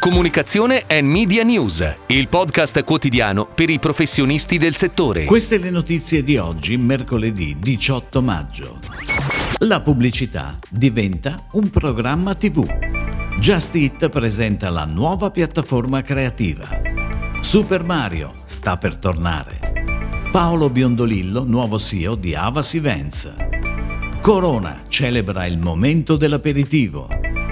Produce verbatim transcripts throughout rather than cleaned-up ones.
Comunicazione and Media News, il podcast quotidiano per i professionisti del settore. Queste le notizie di oggi, mercoledì diciotto maggio. La pubblicità diventa un programma tivù. Just Eat presenta la nuova piattaforma creativa. Super Mario sta per tornare. Paolo Biondolillo, nuovo C E O di Havas Events. Corona celebra il momento dell'aperitivo.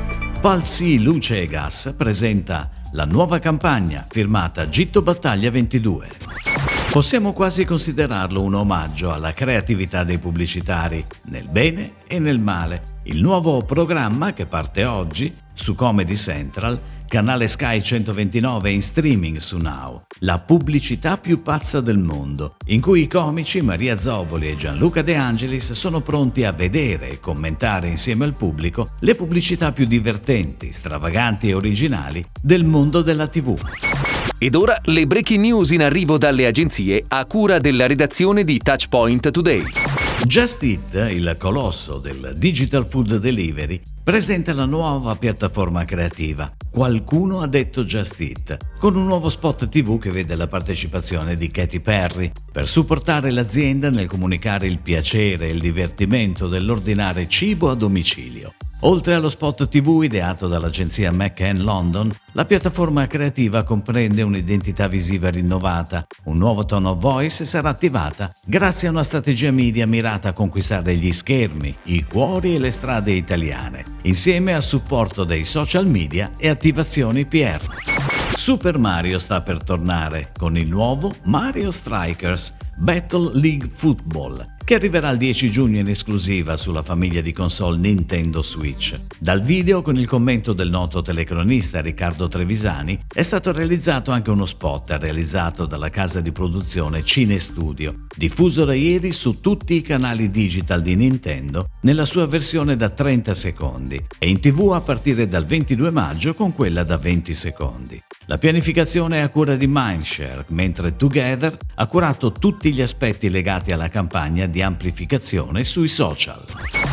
Palsy Luce e Gas presenta la nuova campagna firmata Gitto Battaglia ventidue. Possiamo quasi considerarlo un omaggio alla creatività dei pubblicitari, nel bene e nel male. Il nuovo programma che parte oggi su Comedy Central, canale Sky centoventinove in streaming su Now, la pubblicità più pazza del mondo, in cui i comici Maria Zoboli e Gianluca De Angelis sono pronti a vedere e commentare insieme al pubblico le pubblicità più divertenti, stravaganti e originali del mondo della tivù. Ed ora le breaking news in arrivo dalle agenzie a cura della redazione di Touchpoint Today. Just Eat, il colosso del digital food delivery, presenta la nuova piattaforma creativa. Qualcuno ha detto Just Eat, con un nuovo spot tivù che vede la partecipazione di Katy Perry per supportare l'azienda nel comunicare il piacere e il divertimento dell'ordinare cibo a domicilio. Oltre allo spot tivù ideato dall'agenzia McCann London, la piattaforma creativa comprende un'identità visiva rinnovata, un nuovo tone of voice sarà attivata grazie a una strategia media mirata a conquistare gli schermi, i cuori e le strade italiane, insieme al supporto dei social media e attivazioni P R. Super Mario sta per tornare con il nuovo Mario Strikers Battle League Football, che arriverà il dieci giugno in esclusiva sulla famiglia di console Nintendo Switch. Dal video, con il commento del noto telecronista Riccardo Trevisani, è stato realizzato anche uno spot realizzato dalla casa di produzione Cine Studio, diffuso da ieri su tutti i canali digital di Nintendo nella sua versione da trenta secondi e in tivù a partire dal ventidue maggio con quella da venti secondi. La pianificazione è a cura di Mindshare, mentre Together ha curato tutti gli aspetti legati alla campagna di amplificazione sui social.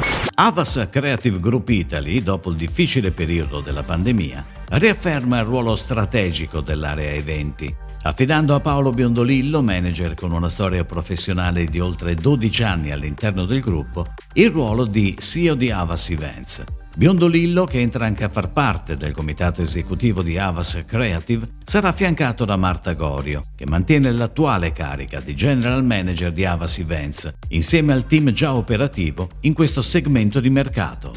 Havas Creative Group Italy, dopo il difficile periodo della pandemia, riafferma il ruolo strategico dell'area eventi, affidando a Paolo Biondolillo, manager con una storia professionale di oltre dodici anni all'interno del gruppo, il ruolo di C E O di Havas Events. Biondolillo, che entra anche a far parte del comitato esecutivo di Havas Creative, sarà affiancato da Marta Gorio, che mantiene l'attuale carica di General Manager di Havas Events, insieme al team già operativo in questo segmento di mercato.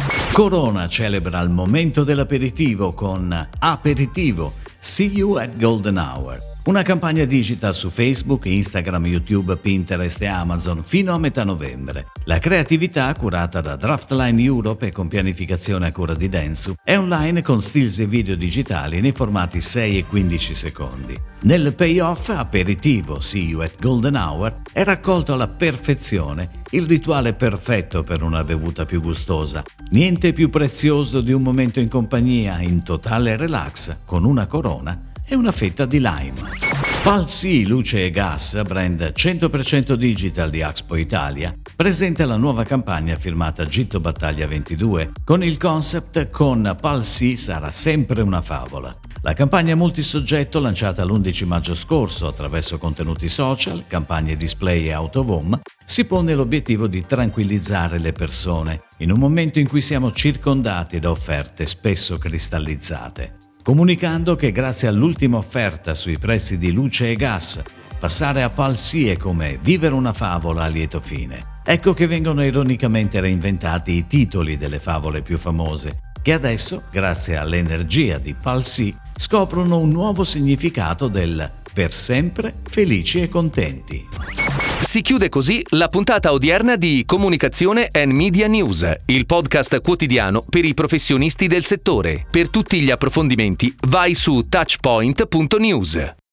Corona celebra il momento dell'aperitivo con Aperitivo, See You at Golden Hour. Una campagna digital su Facebook, Instagram, YouTube, Pinterest e Amazon fino a metà novembre. La creatività, curata da Draftline Europe e con pianificazione a cura di Dentsu, è online con stills e video digitali nei formati sei e quindici secondi. Nel payoff aperitivo See You at Golden Hour è raccolto alla perfezione il rituale perfetto per una bevuta più gustosa. Niente più prezioso di un momento in compagnia, in totale relax, con una corona e una fetta di lime. Palsy Luce e Gas, brand cento per cento digital di Axpo Italia, presenta la nuova campagna firmata Gitto Battaglia ventidue con il concept "Con Palsy sarà sempre una favola". La campagna multisoggetto, lanciata l'undici maggio scorso attraverso contenuti social, campagne display e out of home, si pone l'obiettivo di tranquillizzare le persone in un momento in cui siamo circondati da offerte spesso cristallizzate, comunicando che grazie all'ultima offerta sui prezzi di luce e gas, passare a Palsy è come vivere una favola a lieto fine. Ecco che vengono ironicamente reinventati i titoli delle favole più famose, che adesso, grazie all'energia di Palsy, scoprono un nuovo significato del per sempre felici e contenti. Si chiude così la puntata odierna di Comunicazione and Media News, il podcast quotidiano per i professionisti del settore. Per tutti gli approfondimenti vai su touchpoint punto news.